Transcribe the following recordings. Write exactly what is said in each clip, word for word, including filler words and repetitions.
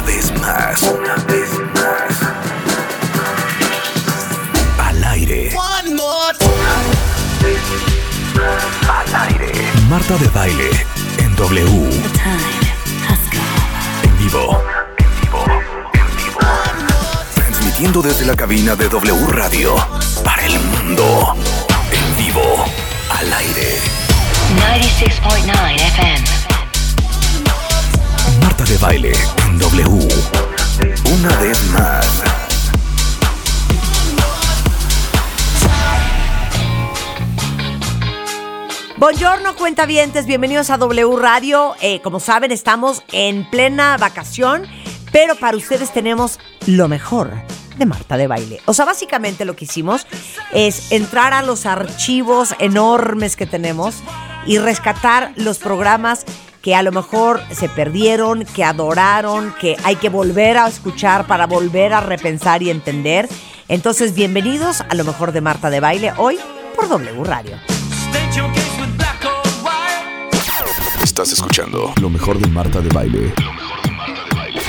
Una vez más. Una vez más. Al aire. One more. Al aire. Marta de Baile en W. En vivo. En vivo. En vivo. Transmitiendo desde la cabina de W Radio para el mundo. En vivo. Al aire. noventa y seis punto nueve F M. Marta de Baile en W. Una vez más. Buongiorno, cuentavientes, bienvenidos a W Radio. Eh, como saben, estamos en plena vacación, pero para ustedes tenemos lo mejor de Marta de Baile. O sea, básicamente lo que hicimos es entrar a los archivos enormes que tenemos y rescatar los programas que a lo mejor se perdieron, que adoraron, que hay que volver a escuchar para volver a repensar y entender. Entonces, bienvenidos a lo mejor de Marta de Baile hoy por W Radio. Estás escuchando lo mejor de Marta de Baile. Lo mejor de Marta de Baile.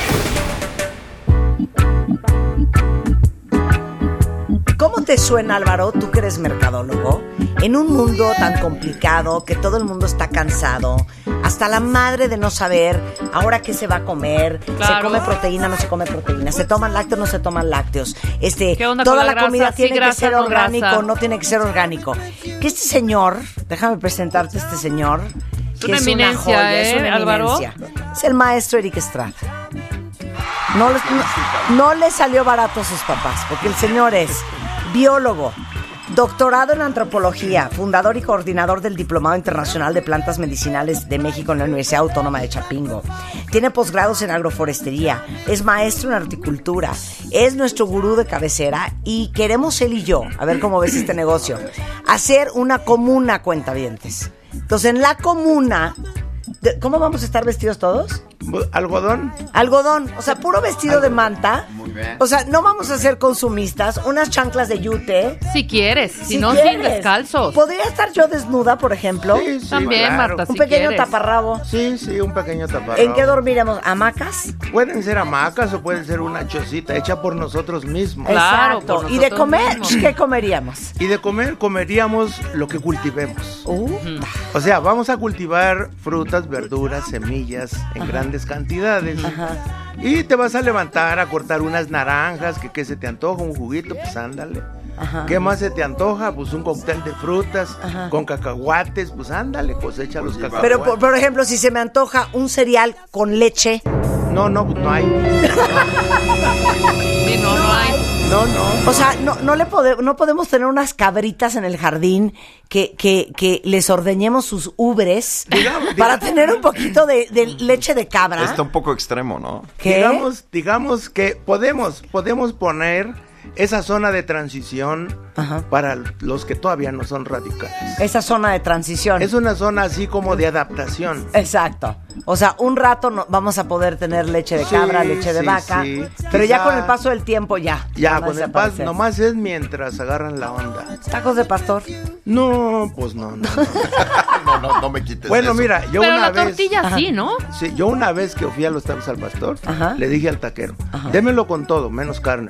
¿Cómo te suena, Álvaro, tú que eres mercadólogo? En un mundo tan complicado, que todo el mundo está cansado, hasta la madre de no saber ahora qué se va a comer, claro. Se come proteína, no se come proteína, se toman lácteos, no se toman lácteos, este, ¿Qué onda toda con la, la grasa? comida Sí, tiene grasa, que ser no orgánico, grasa. no tiene que ser orgánico. Que este señor, déjame presentarte a este señor, Es que una es eminencia, una joya, ¿eh, es una Álvaro? eminencia. Es el maestro Eric Estrada. No, les- no, no le salió barato a sus papás, porque el señor es biólogo, doctorado en antropología, fundador y coordinador del Diplomado Internacional de Plantas Medicinales de México en la Universidad Autónoma de Chapingo. Tiene posgrados en agroforestería, es maestro en horticultura, es nuestro gurú de cabecera y queremos él y yo, a ver cómo ves este negocio, hacer una comuna, cuentavientes. Entonces, en la comuna, de- ¿cómo vamos a estar vestidos todos? ¿Algodón? Algodón, o sea, puro vestido de manta. Muy bien. O sea, no vamos a ser consumistas, unas chanclas de yute. Si quieres, si, Si no, quieres. sin descalzos. ¿Podría estar yo desnuda, por ejemplo? Sí, sí, También, claro. Marta, Un si pequeño quieres. taparrabo. Sí, sí, un pequeño taparrabo. ¿En qué dormiremos? ¿Hamacas? Pueden ser hamacas o pueden ser una chocita hecha por nosotros mismos. Claro, Exacto. por ¿Y de nosotros comer? mismos. ¿Qué comeríamos? Y de comer, comeríamos lo que cultivemos. Uh, O sea, vamos a cultivar frutas, verduras, semillas en grandes cantidades. Ajá. Y te vas a levantar a cortar unas naranjas, que qué se te antoja, un juguito, pues ándale. Ajá. ¿Qué más se te antoja? Pues un cóctel de frutas Ajá. con cacahuates, pues ándale, cosecha los cacahuates. Pero, por, por ejemplo, si se me antoja un cereal con leche. No, no, no hay. Sí, no, no hay. No, no. O sea, no, no, le pode- no podemos tener unas cabritas en el jardín que, que, que les ordeñemos sus ubres Digamos, para digamos. tener un poquito de, de leche de cabra. Está un poco extremo, ¿no? ¿Qué? Digamos, digamos que podemos, podemos poner esa zona de transición Ajá. para los que todavía no son radicales. Esa zona de transición. Es una zona así como de adaptación. Exacto. O sea, un rato no, vamos a poder tener leche de Sí, cabra, leche de sí, vaca, sí. pero ya Quizá- con el paso del tiempo ya. Ya, van a con el desaparecer. paso, nomás es mientras agarran la onda. Tacos de pastor. No, pues no, no. No, no, no me quites Bueno, eso. mira, yo Pero una la vez... tortilla sí, ¿no? Sí, yo una vez que fui a los tacos al pastor, Ajá. le dije al taquero, démelo con todo, menos carne.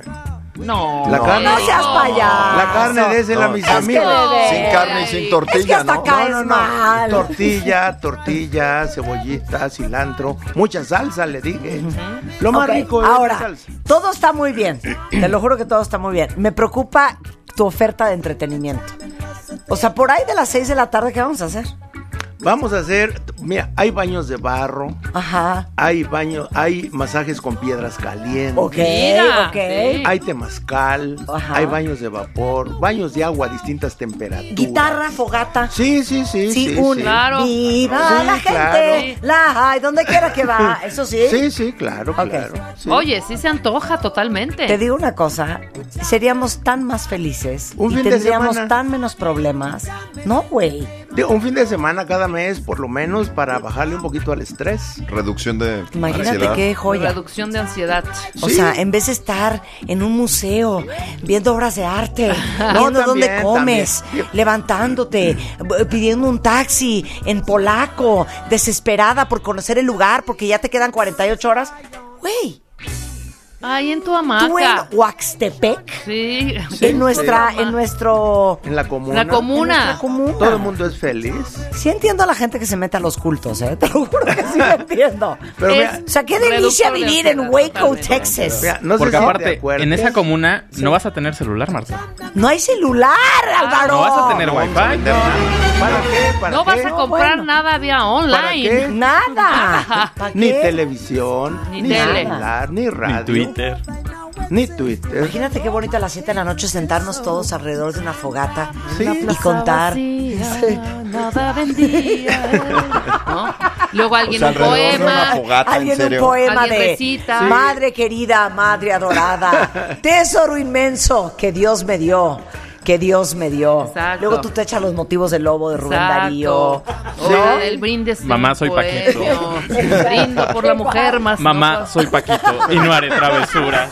No. La carne- No seas payaso. La carne désela a mis es que amigos. de Sin carne y sin tortilla, Es que hasta ¿no? caes No, no, no. mal. Tortilla, tortilla, cebollita, cilantro, mucha salsa, le dije. Lo más Ok, rico es ahora, la salsa. todo está muy bien. Te lo juro que todo está muy bien. Me preocupa tu oferta de entretenimiento. O sea, por ahí de las seis de la tarde, ¿qué vamos a hacer? Vamos a hacer, mira, hay baños de barro, Ajá. hay baños, hay masajes con piedras calientes. Ok, Mira, ok. sí. Hay temazcal, Ajá. hay baños de vapor, baños de agua a distintas temperaturas. Guitarra, fogata. Sí, sí, sí. Sí, sí, un sí. Claro. viva Sí, la gente, claro. la hay, donde quiera que va, eso sí. Sí, sí, claro, Ok. claro. sí. Oye, sí se antoja totalmente. Te digo una cosa, seríamos tan más felices Un y fin de tendríamos semana. tan menos problemas. No, güey. Digo, un fin de semana cada mes, por lo menos, para bajarle un poquito al estrés. Reducción de Imagínate ansiedad. qué joya. Reducción de ansiedad. O Sí. sea, en vez de estar en un museo, viendo obras de arte, No, viendo dónde también, comes, también. levantándote, b- pidiendo un taxi en polaco, desesperada por conocer el lugar porque ya te quedan cuarenta y ocho horas. Güey, Ay, en tu hamaca. Tú en Huaxtepec. Sí. En nuestra, en nuestro... En la comuna. La comuna. En nuestra comuna. Todo el mundo es feliz. Sí entiendo a la gente que se mete a los cultos, ¿eh? Te lo juro que sí lo entiendo. Pero Es- mira, O sea, qué delicia Reductor de vivir en ansiedad, Waco, totalmente. Texas. mira, no sé Porque si te aparte, acuerdas. en esa comuna no vas a tener celular, Marta. No hay celular, Álvaro. No vas a tener No vamos a wifi. vender nada. ¿Para qué? ¿Para No qué? vas a comprar bueno. nada vía online. ¿Para qué? Nada. ¿Para Ni qué? televisión, Ni ni, tele. celular, ni radio, Ni Twitter. ni Twitter. Imagínate qué bonito a las siete de la noche sentarnos todos alrededor de una fogata Sí. y contar. Vacía, nada vendía. ¿No? Luego alguien O sea, un alrededor de una poema. fogata, en Alguien un serio. poema Alguien de recita. Sí. Madre querida, madre adorada, tesoro inmenso que Dios me dio, que Dios me dio. Exacto. Luego tú te echas los motivos del lobo de Rubén Darío. Exacto. ¿no? O el brindis. de Mamá, un soy poemio. Brindo por la mujer más. Mamá, no- soy Paquito y no haré travesuras.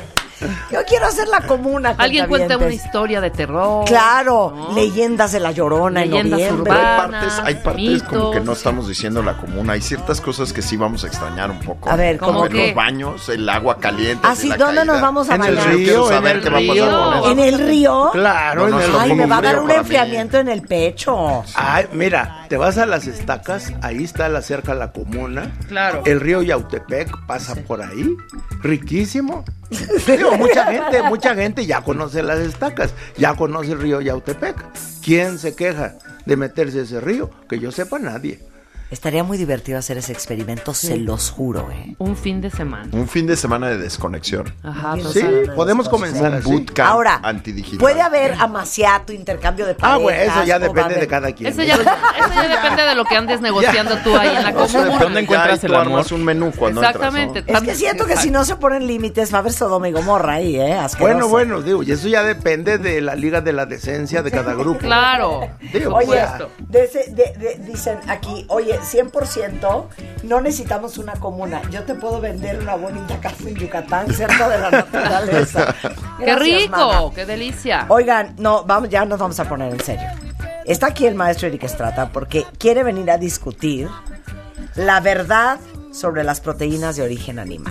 Yo quiero hacer la comuna. Alguien cuenta una cuentavientes. historia de terror. Claro, ¿no? leyendas de la Llorona Leyendas en noviembre. Pero hay urbanas. partes, hay partes como que no mitos. estamos diciendo la comuna. Hay ciertas cosas que sí vamos a extrañar un poco. A ver, ¿cómo como qué? los baños, el agua caliente. Ah, así, sí, la ¿dónde caída. nos vamos a En el bañar? Yo quiero río, en saber el qué va a pasar río. con eso. ¿En el río? Claro, No, en no, el no, Ay, río. me va a dar frío un para mí. enfriamiento en el pecho. Ay, mira, te vas a las estacas, ahí está la cerca la comuna. Claro. El río Yautepec pasa por ahí, riquísimo. Digo, mucha gente, mucha gente ya conoce las estacas, ya conoce el río Yautepec. ¿Quién se queja de meterse a ese río? Que yo sepa, nadie. Estaría muy divertido hacer ese experimento, se los juro, ¿eh? Un fin de semana. Un fin de semana de desconexión. Ajá, Sí, total. podemos comenzar Un así. bootcamp Ahora, antidigital. puede haber amaciato, intercambio de Ah, parejas. bueno, eso ya o va a depende haber- de cada quien. Eso ya, eso ya depende de lo que andes negociando tú ahí en la O sea, comuna. ¿Dónde encuentras ya el tú amor? armas un menú cuando Exactamente. entras, Es que siento que si no se ponen límites va a haber Sodoma y Gomorra ahí, ¿eh? Asqueroso. Bueno, bueno, digo, y eso ya depende de la liga de la decencia de cada grupo. Claro. Digo, por Oye, supuesto. de ese- de- de- dicen aquí, oye, cien por ciento no necesitamos una comuna. Yo te puedo vender una bonita casa en Yucatán, cerca de la naturaleza. ¡Qué Gracias, rico! mana. ¡Qué delicia! Oigan, no, vamos, ya nos vamos a poner en serio. Está aquí el maestro Eric Estrada porque quiere venir a discutir la verdad sobre las proteínas de origen animal.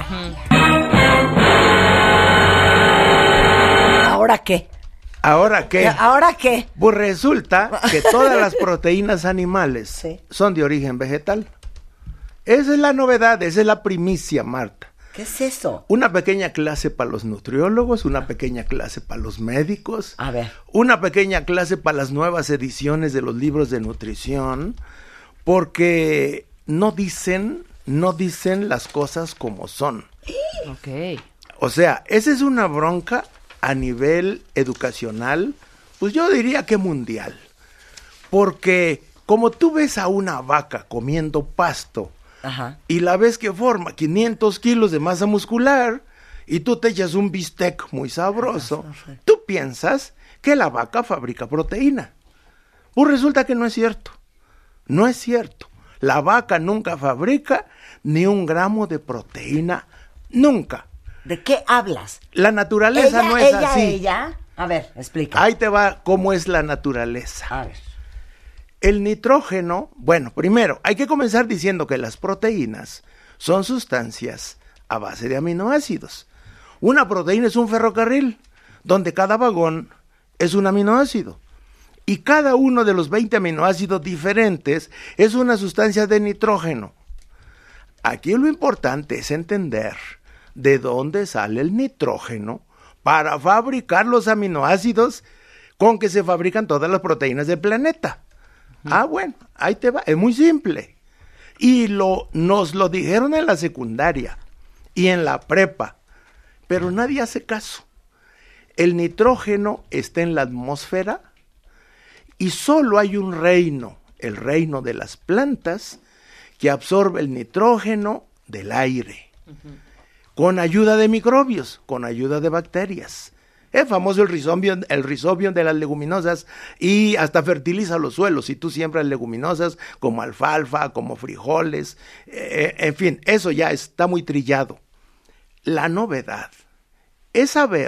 ¿Ahora qué? ¿Ahora qué? ¿Ahora qué? Pues resulta que todas las proteínas animales Sí. son de origen vegetal. Esa es la novedad, esa es la primicia, Marta. ¿Qué es eso? Una pequeña clase para los nutriólogos, una pequeña clase para los médicos, A ver. una pequeña clase para las nuevas ediciones de los libros de nutrición, porque no dicen, no dicen las cosas como son. Ok. O sea, esa es una bronca a nivel educacional, pues yo diría que mundial. Porque como tú ves a una vaca comiendo pasto Ajá. y la ves que forma quinientos kilos de masa muscular y tú te echas un bistec muy sabroso, tú piensas que la vaca fabrica proteína. Pues resulta que no es cierto. No es cierto. La vaca nunca fabrica ni un gramo de proteína, nunca. ¿De qué hablas? La naturaleza ella, no es ella, así. ella. A ver, explica. Ahí te va cómo es la naturaleza. A ver. El nitrógeno, bueno, primero, hay que comenzar diciendo que las proteínas son sustancias a base de aminoácidos. Una proteína es un ferrocarril, donde cada vagón es un aminoácido. Y cada uno de los veinte aminoácidos diferentes es una sustancia de nitrógeno. Aquí lo importante es entender de dónde sale el nitrógeno para fabricar los aminoácidos con que se fabrican todas las proteínas del planeta. Ah, bueno, ahí te va, es muy simple. Y lo, nos lo dijeron en la secundaria y en la prepa, pero nadie hace caso. El nitrógeno está en la atmósfera y solo hay un reino, el reino de las plantas, que absorbe el nitrógeno del aire, uh-huh. con ayuda de microbios, con ayuda de bacterias. Es famoso el rizobio, el rizobio de las leguminosas y hasta fertiliza los suelos. Si tú siembras leguminosas como alfalfa, como frijoles, eh, en fin, eso ya está muy trillado. La novedad es saber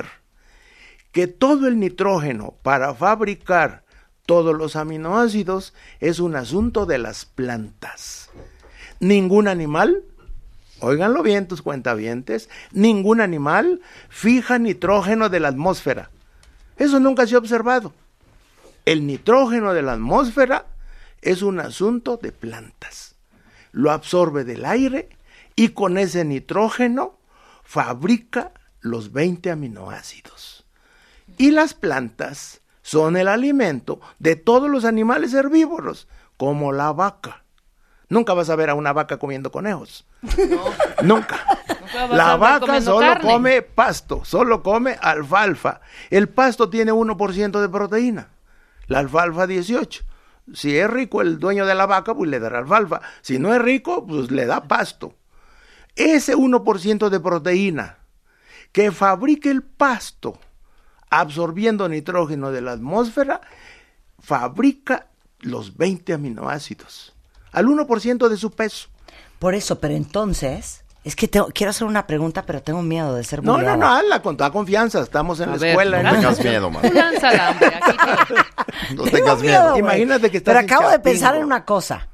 que todo el nitrógeno para fabricar todos los aminoácidos es un asunto de las plantas. Ningún animal óiganlo bien tus cuentavientes, ningún animal fija nitrógeno de la atmósfera. Eso nunca se ha observado. El nitrógeno de la atmósfera es un asunto de plantas. Lo absorbe del aire y con ese nitrógeno fabrica los veinte aminoácidos. Y las plantas son el alimento de todos los animales herbívoros, como la vaca. Nunca vas a ver a una vaca comiendo conejos. No. Nunca. Nunca la vaca solo carne. Come pasto, solo come alfalfa. El pasto tiene uno por ciento de proteína, la alfalfa dieciocho. Si es rico el dueño de la vaca, pues le dará alfalfa. Si no es rico, pues le da pasto. Ese uno por ciento de proteína que fabrica el pasto, absorbiendo nitrógeno de la atmósfera, fabrica los veinte aminoácidos, al uno por ciento de su peso. Por eso, pero entonces, es que tengo, quiero hacer una pregunta, pero tengo miedo de ser bulleada. No, no, no, hazla con toda confianza, estamos en a la ver, escuela. No tengas miedo, man. Lánzala, hombre, aquí te... No tengas miedo. miedo Imagínate que estás Pero acabo de pensar Chapingo. en una cosa.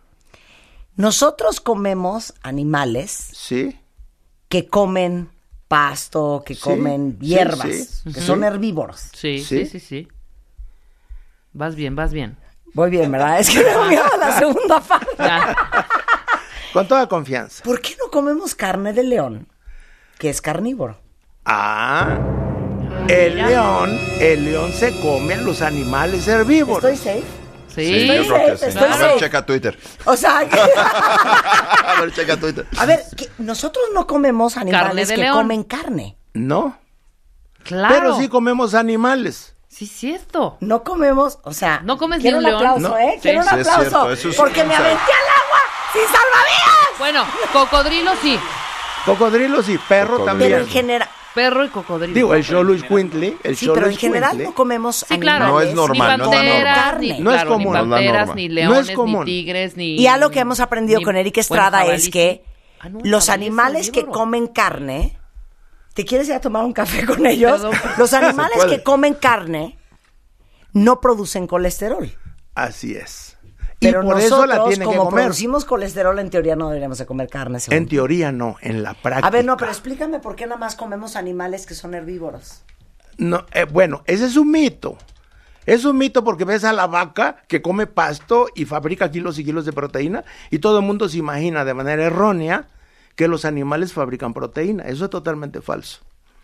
Nosotros comemos animales sí. que comen pasto, que sí, comen hierbas, sí, sí, que sí. son herbívoros. Sí, sí, sí, sí. Vas bien, vas bien. Voy bien, ¿verdad? Es que me da miedo la segunda parte. Con toda confianza. ¿Por qué no comemos carne de león, que es carnívoro? Ah, el Mira. león, el león se come a los animales herbívoros. ¿Estoy safe? Sí, Sí, Estoy yo creo que safe, sí. estoy A ver, safe. checa Twitter. O sea, que- A ver, checa Twitter. a ver, que nosotros no comemos animales de que león. comen carne. No, claro. pero sí comemos animales. Sí, cierto. No comemos, o sea, No comes quiero ni un un león. aplauso, No. ¿eh? Sí, Quiero un sí, es aplauso, cierto, eso es porque un me sabe. aventé al agua sin salvavidas. Bueno, cocodrilo sí. Cocodrilos y perro Cocodrilo. también. Pero en general, Perro y cocodrilo. Digo, el Xoloitzcuintli, el sí, pero en general Xoloitzcuintli, no comemos Sí, claro. No animales es normal, ni no es la norma. panteras, carne. ni, No es claro, común. ni No es la panteras, norma. ni No leones, es común. ni tigres, ni... Y algo que hemos aprendido ni- con Eric bueno, Estrada jabalí, es sí. que Ah, no, el los jabalí es animales que herbívoro. comen carne, ¿te quieres ir a tomar un café con ellos? Perdón. Los animales Se puede. que comen carne no producen colesterol. así es. Pero y por nosotros, eso la tienen que como comer. producimos colesterol, en teoría no deberíamos de comer carne. según En tú. teoría no, en la práctica. A ver, no, pero explícame por qué nada más comemos animales que son herbívoros. No, eh, bueno, ese es un mito. Es un mito porque ves a la vaca que come pasto y fabrica kilos y kilos de proteína y todo el mundo se imagina de manera errónea que los animales fabrican proteína. Eso es totalmente falso.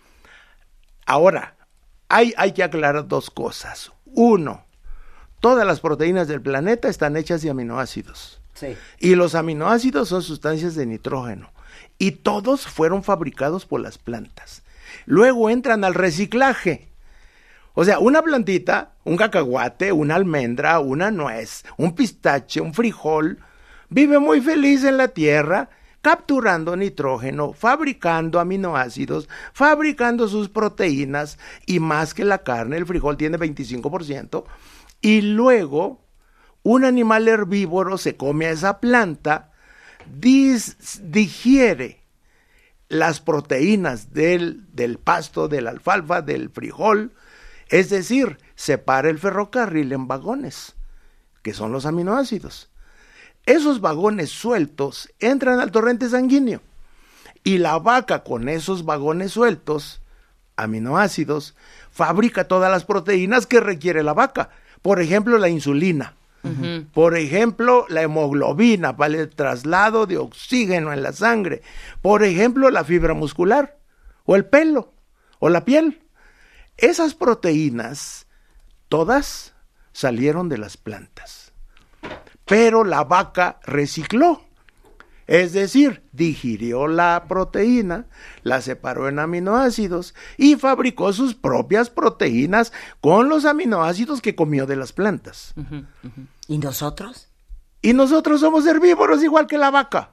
Ahora, hay, hay que aclarar dos cosas. Uno, todas las proteínas del planeta están hechas de aminoácidos. Sí. Y los aminoácidos son sustancias de nitrógeno. Y todos fueron fabricados por las plantas. Luego entran al reciclaje. O sea, una plantita, un cacahuate, una almendra, una nuez, un pistache, un frijol, vive muy feliz en la tierra, capturando nitrógeno, fabricando aminoácidos, fabricando sus proteínas, y más que la carne, el frijol tiene veinticinco por ciento, y luego un animal herbívoro se come a esa planta, dis, digiere las proteínas del, del pasto, de la alfalfa, del frijol, es decir, separa el ferrocarril en vagones, que son los aminoácidos. Esos vagones sueltos entran al torrente sanguíneo y la vaca con esos vagones sueltos, aminoácidos, fabrica todas las proteínas que requiere la vaca. Por ejemplo, la insulina. Uh-huh. Por ejemplo, la hemoglobina para el traslado de oxígeno en la sangre. Por ejemplo, la fibra muscular, o el pelo, o la piel. Esas proteínas, todas salieron de las plantas. Pero la vaca recicló. Es decir, digirió la proteína, la separó en aminoácidos y fabricó sus propias proteínas con los aminoácidos que comió de las plantas. Uh-huh, uh-huh. ¿Y nosotros? Y nosotros somos herbívoros igual que la vaca.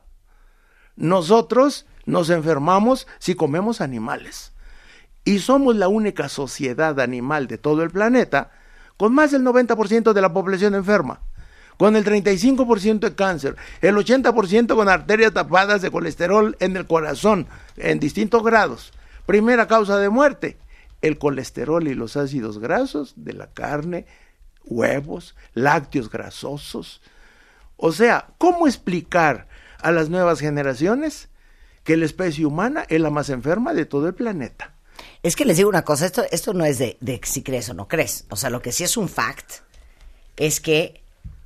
Nosotros nos enfermamos si comemos animales. Y somos la única sociedad animal de todo el planeta con más del noventa por ciento de la población enferma, con el treinta y cinco por ciento de cáncer, el ochenta por ciento con arterias tapadas de colesterol en el corazón, en distintos grados. Primera causa de muerte, el colesterol y los ácidos grasos de la carne, huevos, lácteos grasosos. O sea, ¿cómo explicar a las nuevas generaciones que la especie humana es la más enferma de todo el planeta. Es que les digo una cosa, esto, esto no es de, de si crees o no crees. O sea, lo que sí es un fact es que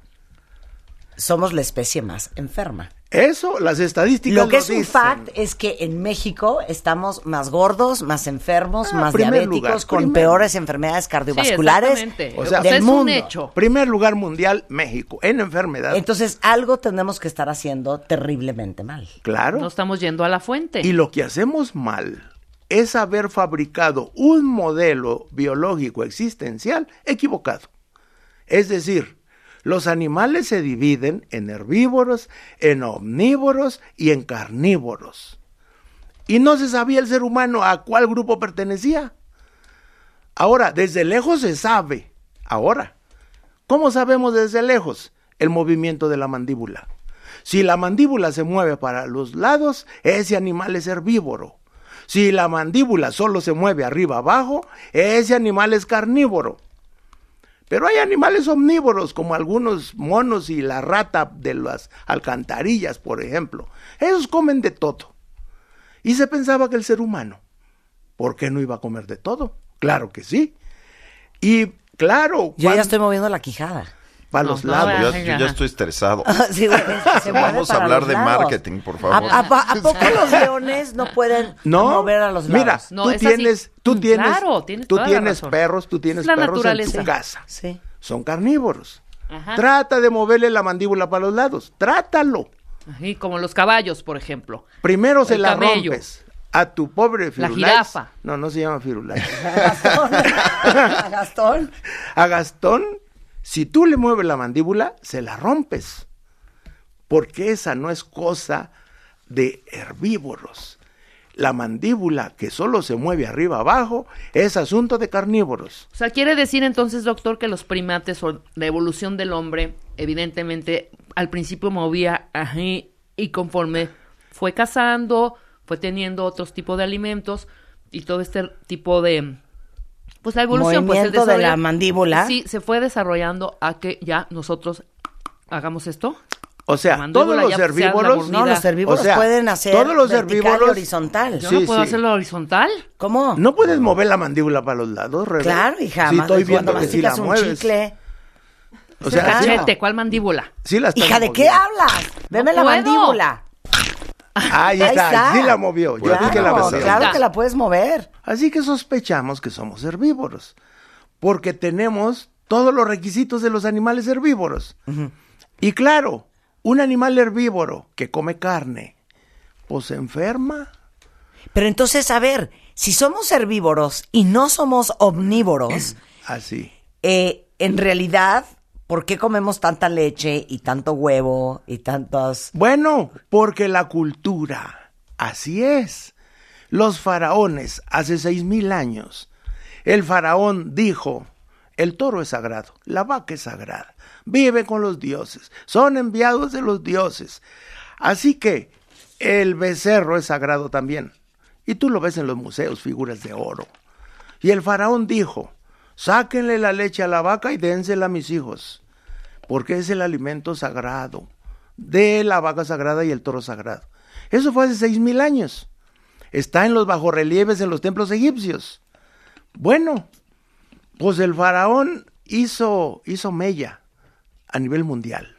somos la especie más enferma. Eso, las estadísticas lo que lo es un dicen. fact es que en México estamos más gordos, más enfermos, Ah, más primer diabéticos, lugar, con primer. peores enfermedades cardiovasculares Sí, exactamente. O sea, del es mundo. un hecho. Primer lugar mundial, México, en enfermedad. Entonces, algo tenemos que estar haciendo terriblemente mal. Claro. No estamos yendo a la fuente. Y lo que hacemos mal es haber fabricado un modelo biológico existencial equivocado. Es decir, los animales se dividen en herbívoros, en omnívoros y en carnívoros. Y no se sabía el ser humano a cuál grupo pertenecía. Ahora, desde lejos se sabe. Ahora, ¿cómo sabemos desde lejos? El movimiento de la mandíbula. Si la mandíbula se mueve para los lados, ese animal es herbívoro. Si la mandíbula solo se mueve arriba abajo, ese animal es carnívoro. Pero hay animales omnívoros, como algunos monos y la rata de las alcantarillas, por ejemplo. Esos comen de todo. Y se pensaba que el ser humano, ¿por qué no iba a comer de todo? Claro que sí. Y claro, Yo cuando- ya estoy moviendo la quijada. para No, los no, lados. vea. Yo, Venga. yo ya estoy estresado. Sí, güey, se mueve Vamos a para hablar los de lados. marketing, por favor. ¿A, a- a poco los leones no pueden No, mover a los lados? mira, No, tú es así. tienes, tú Mm, tienes, claro, tienes tú toda la tienes razón. perros, tú tienes Es la perros en naturaleza. tu casa. Sí. Son carnívoros. Ajá. Trata de moverle la mandíbula para los lados. Trátalo. Así como los caballos, por ejemplo. Primero se El la camello. rompes a tu pobre La Firulais. jirafa. No, no se llama Firulais. Gastón. Gastón. A Gastón, si tú le mueves la mandíbula, se la rompes. Porque esa no es cosa de herbívoros. La mandíbula, que solo se mueve arriba abajo, es asunto de carnívoros. O sea, quiere decir entonces, doctor, que los primates o la evolución del hombre, evidentemente, al principio movía así y conforme fue cazando, fue teniendo otros tipos de alimentos y todo este tipo de... Pues la evolución, pues el Movimiento de la desarrollo- mandíbula. Sí, se fue desarrollando a que ya nosotros hagamos esto. O sea, La todos mandíbula los ya sea la herbívoros... mordida. No, los herbívoros O sea, pueden hacer todos los vertical herbívoros- y horizontal. Yo Sí, no puedo sí. hacerlo horizontal. ¿Cómo? No puedes mover la mandíbula para los lados, Rebe. Claro, hija. Sí, ma- estoy cuando viendo que sí la masticas un mueves. chicle. O sea, sí, Cachete, ¿cuál mandíbula? sí la estás Hija, ¿de qué moviendo. hablas? Veme la puedo. mandíbula. Ahí Ahí está, está. sí la movió. Yo Claro, vi que la Claro, movió. claro que la puedes mover. Así que sospechamos que somos herbívoros, porque tenemos todos los requisitos de los animales herbívoros. Y claro, un animal herbívoro que come carne, pues se enferma. Pero entonces, a ver, si somos herbívoros y no somos omnívoros, Así. eh, en realidad, ¿por qué comemos tanta leche y tanto huevo y tantas... Bueno, porque la cultura, así es. Los faraones, hace seis mil años, el faraón dijo, el toro es sagrado, la vaca es sagrada, vive con los dioses, son enviados de los dioses. Así que el becerro es sagrado también. Y tú lo ves en los museos, figuras de oro. Y el faraón dijo, sáquenle la leche a la vaca y dénsela a mis hijos, porque es el alimento sagrado de la vaca sagrada y el toro sagrado. Eso fue hace seis mil años. Está en los bajorrelieves en los templos egipcios. Bueno, pues el faraón hizo, hizo mella a nivel mundial.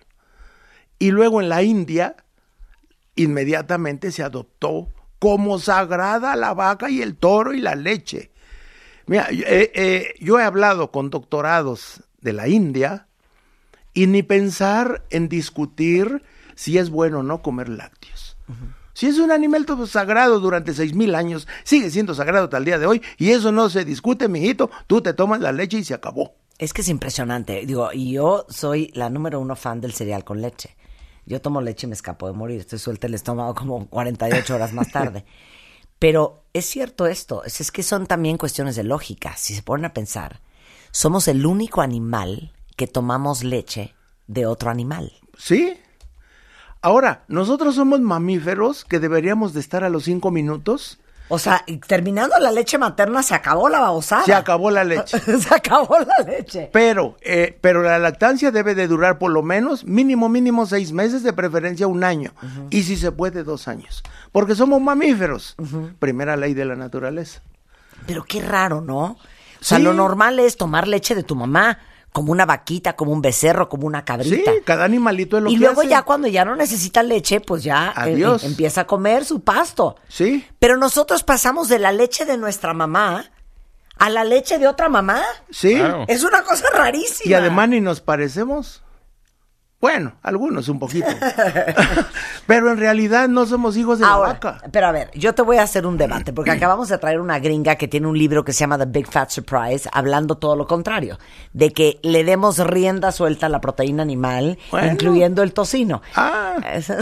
Y luego en la India, inmediatamente se adoptó como sagrada la vaca y el toro y la leche. Mira, eh, eh, yo he hablado con doctorados de la India y ni pensar en discutir si es bueno o no comer lácteos. Uh-huh. Si es un alimento sagrado durante seis mil años, sigue siendo sagrado hasta el día de hoy, y eso no se discute, mijito, tú te tomas la leche y se acabó. Es que es impresionante. Digo, y yo soy la número uno fan del cereal con leche. Yo tomo leche y me escapo de morir. Estoy suelta el estómago como cuarenta y ocho horas más tarde. Pero es cierto esto. Es, es que son también cuestiones de lógica. Si se ponen a pensar, somos el único animal que tomamos leche de otro animal. ¿Sí? Ahora, nosotros somos mamíferos que deberíamos de estar a los cinco minutos O sea, terminando la leche materna se acabó la babosada. Se acabó la leche. Se acabó la leche. Pero, eh, pero la lactancia debe de durar por lo menos, mínimo, mínimo seis meses, de preferencia un año. Uh-huh. Y si se puede, dos años. Porque somos mamíferos. Uh-huh. Primera ley de la naturaleza. Pero qué raro, ¿no? O sea, sí. Lo normal es tomar leche de tu mamá. Como una vaquita, como un becerro, como una cabrita. Sí, cada animalito es lo y que luego hace. ya cuando ya no necesita leche, pues ya eh, empieza a comer su pasto. Sí. Pero nosotros pasamos de la leche de nuestra mamá a la leche de otra mamá. Sí. Claro. Es una cosa rarísima. Y además ni nos parecemos. Bueno, algunos un poquito. Pero en realidad no somos hijos de Ahora, la vaca. Pero a ver, yo te voy a hacer un debate, porque acabamos de traer una gringa que tiene un libro que se llama The Big Fat Surprise, hablando todo lo contrario, de que le demos rienda suelta a la proteína animal, bueno. incluyendo el tocino. Ah,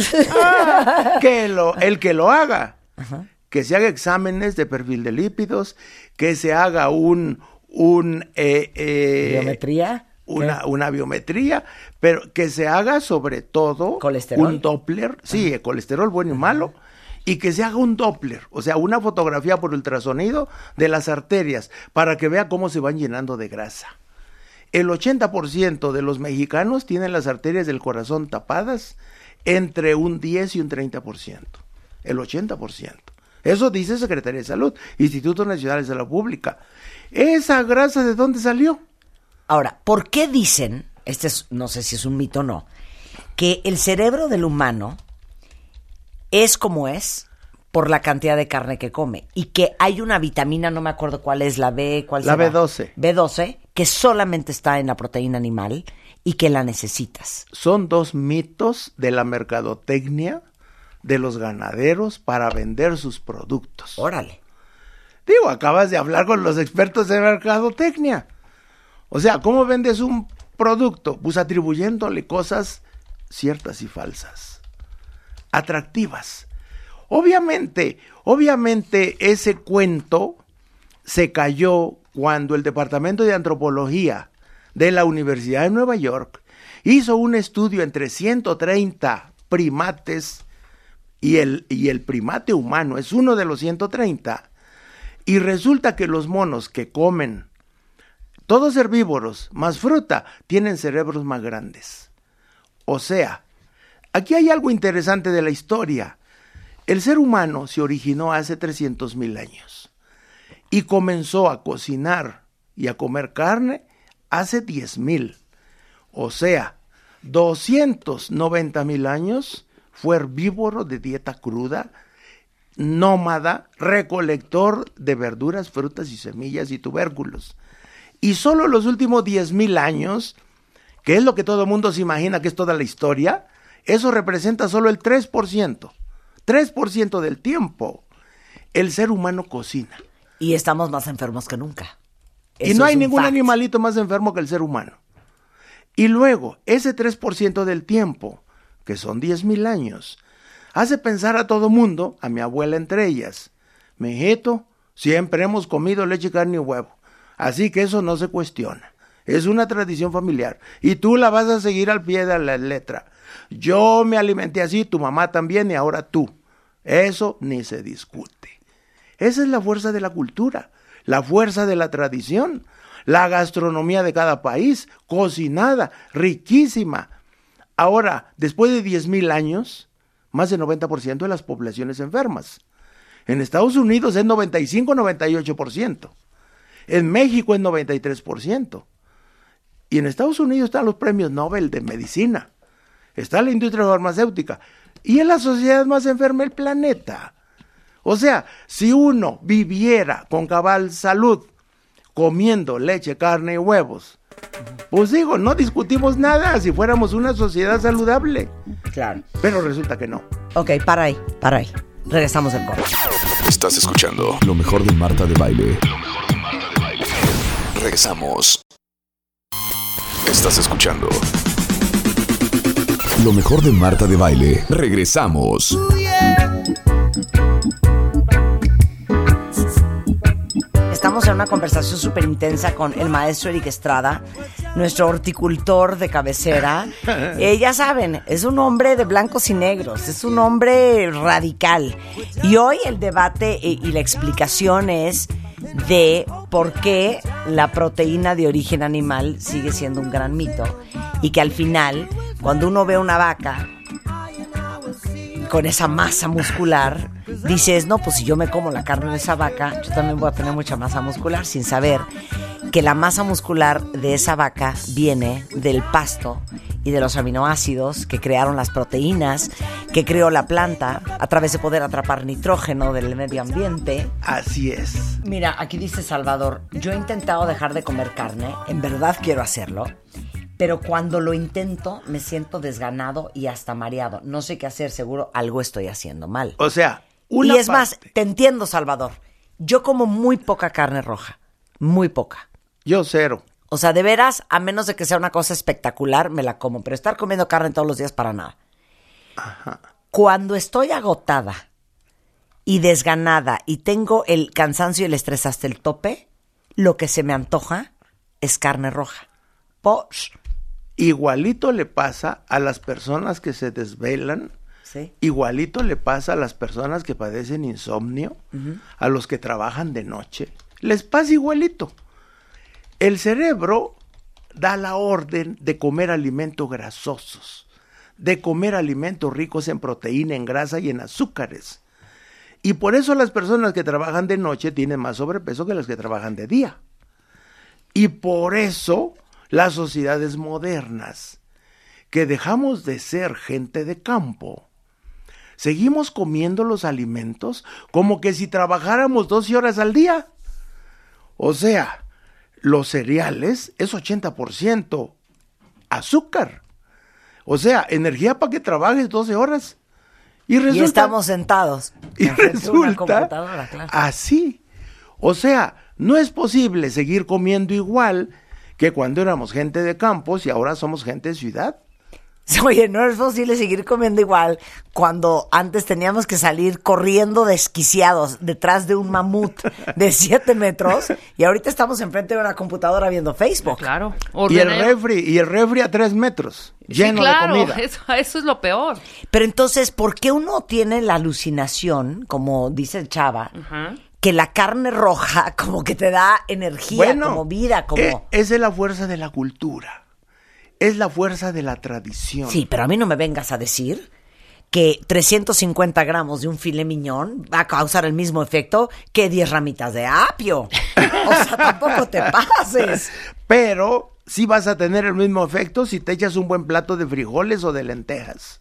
ah que lo, el que lo haga, uh-huh. que se haga exámenes de perfil de lípidos, que se haga un... un eh, eh, ¿Biometría? Una, una biometría, pero que se haga sobre todo ¿Colesterol? Un Doppler, sí, el colesterol bueno y malo, y que se haga un Doppler, o sea, una fotografía por ultrasonido de las arterias, para que vea cómo se van llenando de grasa. El ochenta por ciento de los mexicanos tienen las arterias del corazón tapadas entre un diez y un treinta por ciento, el ochenta por ciento. Eso dice Secretaría de Salud, Instituto Nacional de Salud Pública. ¿Esa grasa de dónde salió? Ahora, ¿por qué dicen, este es, no sé si es un mito o no, que el cerebro del humano es como es por la cantidad de carne que come y que hay una vitamina, no me acuerdo cuál es, la B, cuál la será? B doce. B doce, que solamente está en la proteína animal y que la necesitas. Son dos mitos de la mercadotecnia de los ganaderos para vender sus productos. Órale. Digo, acabas de hablar con los expertos de mercadotecnia. O sea, ¿cómo vendes un producto? Pues atribuyéndole cosas ciertas y falsas, atractivas. Obviamente, obviamente ese cuento se cayó cuando el Departamento de Antropología de la Universidad de Nueva York hizo un estudio entre ciento treinta primates y el, y el primate humano es uno de los ciento treinta, y resulta que los monos que comen todos herbívoros, más fruta, tienen cerebros más grandes. O sea, aquí hay algo interesante de la historia. El ser humano se originó hace trescientos mil años y comenzó a cocinar y a comer carne hace diez mil. O sea, doscientos noventa mil años fue herbívoro de dieta cruda, nómada, recolector de verduras, frutas y semillas y tubérculos. Y solo los últimos diez mil años, que es lo que todo el mundo se imagina que es toda la historia, eso representa solo el tres por ciento. tres por ciento del tiempo el ser humano cocina. Y estamos más enfermos que nunca. Eso y no hay ningún fact. animalito más enfermo que el ser humano. Y luego, ese tres por ciento del tiempo, que son diez mil años, hace pensar a todo mundo, a mi abuela entre ellas, mijito, siempre hemos comido leche, carne y huevo. Así que eso no se cuestiona. Es una tradición familiar. Y tú la vas a seguir al pie de la letra. Yo me alimenté así, tu mamá también y ahora tú. Eso ni se discute. Esa es la fuerza de la cultura, la fuerza de la tradición, la gastronomía de cada país, cocinada, riquísima. Ahora, después de diez mil años, más del noventa por ciento de las poblaciones enfermas. En Estados Unidos es noventa y cinco a noventa y ocho por ciento. En México es noventa y tres por ciento. Y en Estados Unidos están los premios Nobel de Medicina. Está la industria farmacéutica. Y es la sociedad más enferma del planeta. O sea, si uno viviera con cabal salud, comiendo leche, carne y huevos, pues digo, no discutimos nada si fuéramos una sociedad saludable. Claro. Pero resulta que no. Ok, para ahí, para ahí. Regresamos al corte. Estás escuchando lo mejor de Marta de Baile. Lo mejor de Marta de Baile. Regresamos. Estás escuchando lo mejor de Marta de Baile. Regresamos. Estamos en una conversación súper intensa con el maestro Eric Estrada, nuestro horticultor de cabecera. Eh, ya saben, es un hombre de blancos y negros, es un hombre radical. Y hoy el debate y, y la explicación es de por qué la proteína de origen animal sigue siendo un gran mito y que al final, cuando uno ve una vaca con esa masa muscular, dices, no, pues si yo me como la carne de esa vaca, yo también voy a tener mucha masa muscular, sin saber que la masa muscular de esa vaca viene del pasto y de los aminoácidos que crearon las proteínas, que creó la planta a través de poder atrapar nitrógeno del medio ambiente. Así es. Mira, aquí dice Salvador, yo he intentado dejar de comer carne, en verdad quiero hacerlo, pero cuando lo intento me siento desganado y hasta mareado. No sé qué hacer, seguro algo estoy haciendo mal. O sea, una Y es parte... más, te entiendo, Salvador. Yo como muy poca carne roja, muy poca. Yo cero. O sea, de veras, a menos de que sea una cosa espectacular, me la como. Pero estar comiendo carne todos los días para nada. Ajá. Cuando estoy agotada y desganada y tengo el cansancio y el estrés hasta el tope, lo que se me antoja es carne roja. Posh. Igualito le pasa a las personas que se desvelan, ¿Sí? igualito le pasa a las personas que padecen insomnio, uh-huh. a los que trabajan de noche. Les pasa igualito. El cerebro da la orden de comer alimentos grasosos, de comer alimentos ricos en proteína, en grasa y en azúcares. Y por eso las personas que trabajan de noche tienen más sobrepeso que las que trabajan de día. Y por eso las sociedades modernas, que dejamos de ser gente de campo, seguimos comiendo los alimentos como que si trabajáramos doce horas al día. O sea, los cereales es ochenta por ciento azúcar. O sea, energía para que trabajes doce horas. Y, resulta, y estamos sentados. Y resulta una computadora, claro. así. O sea, no es posible seguir comiendo igual que cuando éramos gente de campos y ahora somos gente de ciudad. Oye, no es posible seguir comiendo igual cuando antes teníamos que salir corriendo desquiciados detrás de un mamut de siete metros y ahorita estamos enfrente de una computadora viendo Facebook. Claro. Y el refri, y el refri a tres metros, lleno sí, claro, de comida. Eso, eso es lo peor. Pero entonces, ¿por qué uno tiene la alucinación, como dice Chava, uh-huh. que la carne roja como que te da energía, bueno, como vida, como... Eh, esa es la fuerza de la cultura. Es la fuerza de la tradición. Sí, pero a mí no me vengas a decir que trescientos cincuenta gramos de un filet mignon va a causar el mismo efecto que diez ramitas de apio. O sea, tampoco te pases. Pero sí vas a tener el mismo efecto si te echas un buen plato de frijoles o de lentejas.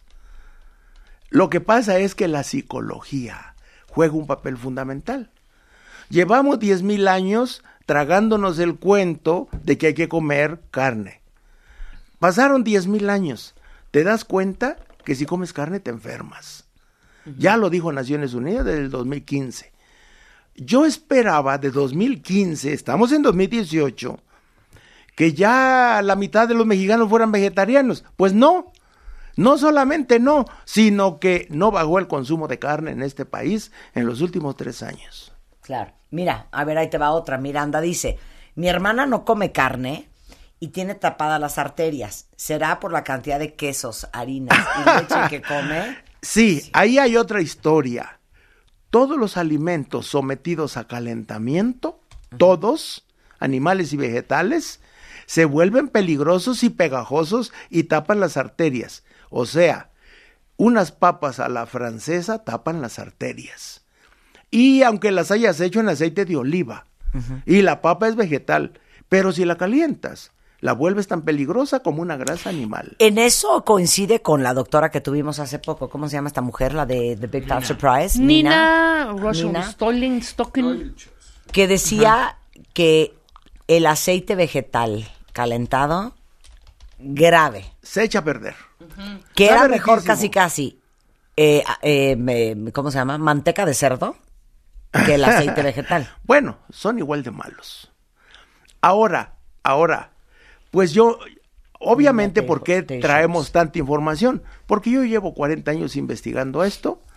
Lo que pasa es que la psicología juega un papel fundamental. Llevamos diez mil años tragándonos el cuento de que hay que comer carne. Pasaron diez mil años. ¿Te das cuenta que si comes carne te enfermas? Uh-huh. Ya lo dijo Naciones Unidas desde el dos mil quince. Yo esperaba de dos mil quince, estamos en dos mil dieciocho, que ya la mitad de los mexicanos fueran vegetarianos. Pues no, no solamente no, sino que no bajó el consumo de carne en este país en los últimos tres años. Claro. Mira, a ver, ahí te va otra. Miranda dice, mi hermana no come carne y tiene tapadas las arterias. ¿Será por la cantidad de quesos, harinas y leche que come? Sí, sí, ahí hay otra historia. Todos los alimentos sometidos a calentamiento, uh-huh. todos, animales y vegetales, se vuelven peligrosos y pegajosos y tapan las arterias. O sea, unas papas a la francesa tapan las arterias. Y aunque las hayas hecho en aceite de oliva, uh-huh. y la papa es vegetal, pero si la calientas, la vuelves tan peligrosa como una grasa animal. En eso coincide con la doctora que tuvimos hace poco. ¿Cómo se llama esta mujer? La de The Big Fat Surprise. Nina, Nina Stolling, Stocking. Que decía uh-huh. que el aceite vegetal calentado, grave. Se echa a perder. Uh-huh. Que era mejor riquísimo. casi casi, eh, eh, ¿cómo se llama? Manteca de cerdo que el aceite vegetal. Bueno, son igual de malos. Ahora, ahora... Pues yo, obviamente, ¿por qué traemos tanta información? Porque yo llevo cuarenta años investigando esto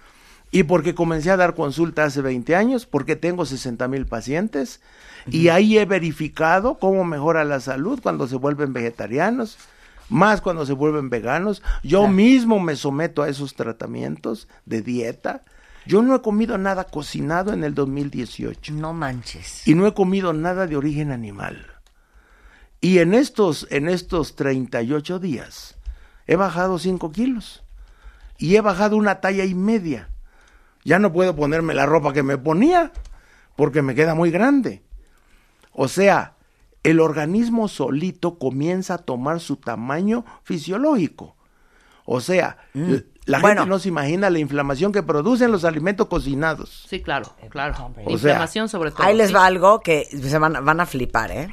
y porque comencé a dar consulta hace veinte años, porque tengo sesenta mil pacientes, uh-huh. y ahí he verificado cómo mejora la salud cuando se vuelven vegetarianos, más cuando se vuelven veganos. Yo claro. mismo me someto a esos tratamientos de dieta. Yo no he comido nada cocinado en el dos mil dieciocho. No manches. Y no he comido nada de origen animal. Y en estos, en estos treinta y ocho días he bajado cinco kilos. Y he bajado una talla y media. Ya no puedo ponerme la ropa que me ponía porque me queda muy grande. O sea, el organismo solito comienza a tomar su tamaño fisiológico. O sea, mm. la bueno. gente no se imagina la inflamación que producen los alimentos cocinados. Sí, claro, claro. O inflamación sea, sobre todo. Ahí les sí. va algo que se van, van a flipar, ¿eh?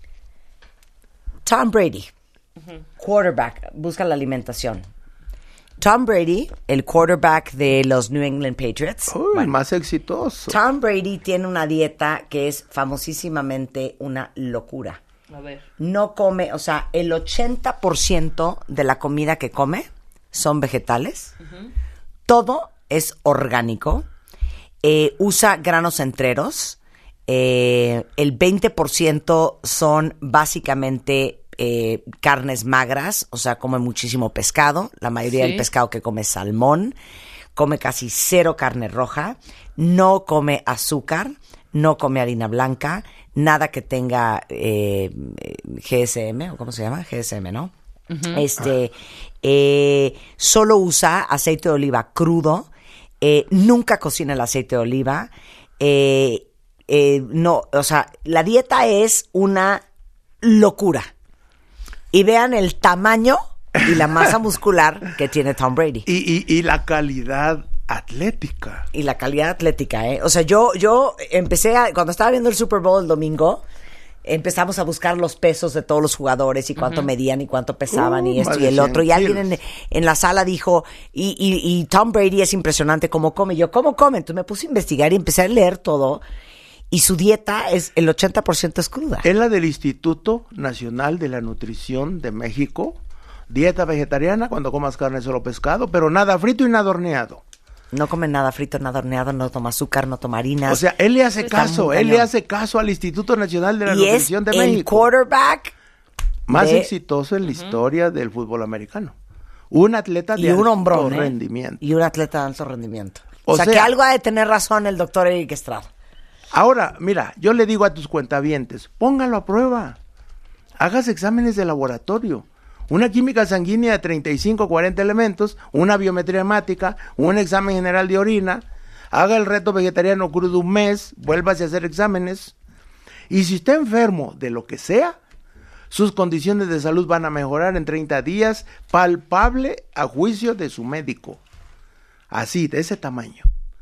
Tom Brady, uh-huh. quarterback, busca la alimentación. Tom Brady, el quarterback de los New England Patriots. Uy, bueno, más exitoso. Tom Brady tiene una dieta que es famosísimamente una locura. A ver. No come, o sea, el ochenta por ciento de la comida que come son vegetales. Uh-huh. Todo es orgánico. Eh, usa granos enteros. Eh, el veinte por ciento son básicamente eh, carnes magras, o sea, come muchísimo pescado. La mayoría ¿Sí? del pescado que come es salmón. Come casi cero carne roja. No come azúcar. No come harina blanca. Nada que tenga eh, G S M, o ¿cómo se llama? G S M, ¿no? Uh-huh. Este, eh, solo usa aceite de oliva crudo. Eh, nunca cocina el aceite de oliva. Eh, Eh, no, o sea, la dieta es una locura. Y vean el tamaño y la masa muscular que tiene Tom Brady. Y, y, y la calidad atlética. Y la calidad atlética, ¿eh? O sea, yo, yo empecé a, cuando estaba viendo el Super Bowl el domingo, empezamos a buscar los pesos de todos los jugadores y cuánto uh-huh. medían y cuánto pesaban uh, y esto y el otro. Y alguien en, en la sala dijo, y, y, y Tom Brady es impresionante cómo come. Yo, ¿cómo come? Entonces me puse a investigar y empecé a leer todo. Y su dieta es el ochenta por ciento es cruda. Es la del Instituto Nacional de la Nutrición de México. Dieta vegetariana, cuando comas carne solo pescado, pero nada frito y nada horneado. No come nada frito, nada horneado, no toma azúcar, no toma harinas. O sea, él le hace caso, él le hace caso al Instituto Nacional de la y Nutrición de es México. el quarterback más de... exitoso en la uh-huh. historia del fútbol americano. Un atleta de y un alto hombrón, rendimiento. ¿eh? Y un atleta de alto rendimiento. O, o sea, sea, que algo ha de tener razón el doctor Eric Estrada. Ahora, mira, yo le digo a tus cuentavientes, póngalo a prueba. Hagas exámenes de laboratorio. Una química sanguínea de treinta y cinco, cuarenta elementos, una biometría hemática, un examen general de orina. Haga el reto vegetariano crudo un mes, vuélvase a hacer exámenes. Y si está enfermo de lo que sea, sus condiciones de salud van a mejorar en treinta días, palpable a juicio de su médico. Así, de ese tamaño.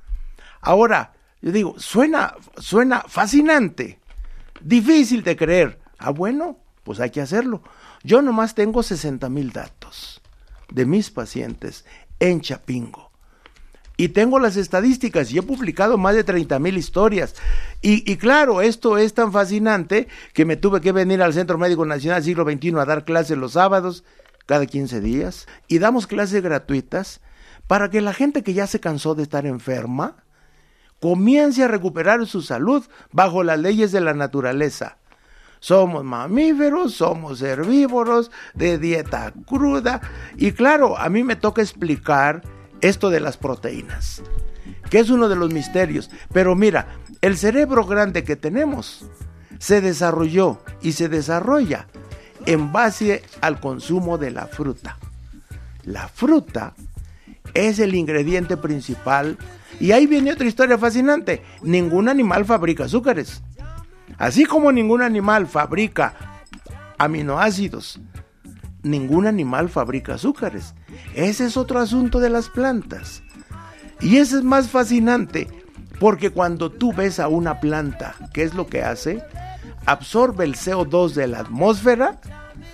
Ahora, yo digo, suena, suena fascinante, difícil de creer. Ah, bueno, pues hay que hacerlo. Yo nomás tengo sesenta mil datos de mis pacientes en Chapingo. Y tengo las estadísticas y he publicado más de treinta mil historias. Y, y claro, esto es tan fascinante que me tuve que venir al Centro Médico Nacional Siglo veintiuno a dar clases los sábados, cada quince días. Y damos clases gratuitas para que la gente que ya se cansó de estar enferma comience a recuperar su salud bajo las leyes de la naturaleza. Somos mamíferos, somos herbívoros, de dieta cruda. Y claro, a mí me toca explicar esto de las proteínas, que es uno de los misterios. Pero mira, el cerebro grande que tenemos se desarrolló y se desarrolla en base al consumo de la fruta. La fruta es el ingrediente principal. Y ahí viene otra historia fascinante. Ningún animal fabrica azúcares. Así como ningún animal fabrica aminoácidos, ningún animal fabrica azúcares. Ese es otro asunto de las plantas. Y ese es más fascinante, porque cuando tú ves a una planta, ¿qué es lo que hace? Absorbe el C O dos de la atmósfera,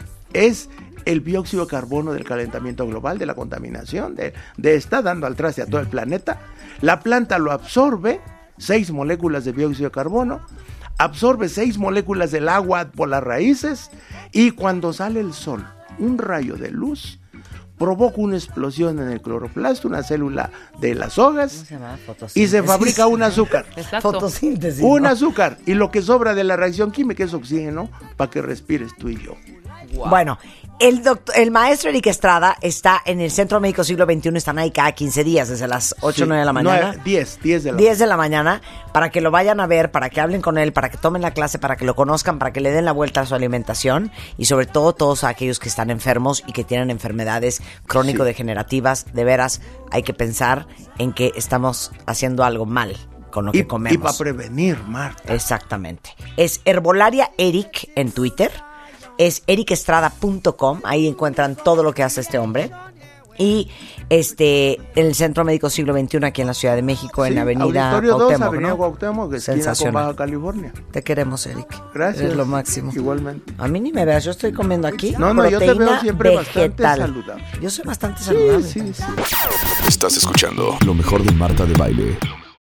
es el dióxido de carbono del calentamiento global, de la contaminación, de, de está dando al traste a todo el planeta. La planta lo absorbe, seis moléculas de dióxido de carbono, absorbe seis moléculas del agua por las raíces, y cuando sale el sol, un rayo de luz, provoca una explosión en el cloroplasto, una célula de las hojas, ¿Cómo se llama? y se fabrica un azúcar. Exacto. Fotosíntesis. Un ¿no? azúcar. Y lo que sobra de la reacción química es oxígeno para que respires tú y yo. Wow. Bueno, el doctor, el maestro Eric Estrada está en el Centro Médico Siglo veintiuno, están ahí cada quince días, desde las ocho o Sí, nueve de la mañana. nueve, diez, diez de la diez de la mañana, para que lo vayan a ver, para que hablen con él, para que tomen la clase, para que lo conozcan, para que le den la vuelta a su alimentación y sobre todo todos aquellos que están enfermos y que tienen enfermedades crónico-degenerativas. De veras, hay que pensar en que estamos haciendo algo mal con lo Y, que comemos. y para prevenir, Marta. Exactamente. Es Herbolaria Eric en Twitter. Es eric estrada punto com. Ahí encuentran todo lo que hace este hombre. Y este en el Centro Médico Siglo veintiuno aquí en la Ciudad de México, en Sí, Avenida Auditorio dos, Cuauhtémoc, Avenida ¿no? Cuauhtémoc, esquina con Sensacional. Baja California. Te queremos, Eric. Gracias. Eres lo máximo. Igualmente. A mí ni me veas, yo estoy comiendo aquí No, no, yo te proteína veo siempre bastante vegetal. saludable. Yo soy bastante Sí, saludable. sí, sí. Estás escuchando lo mejor de Marta de Baile.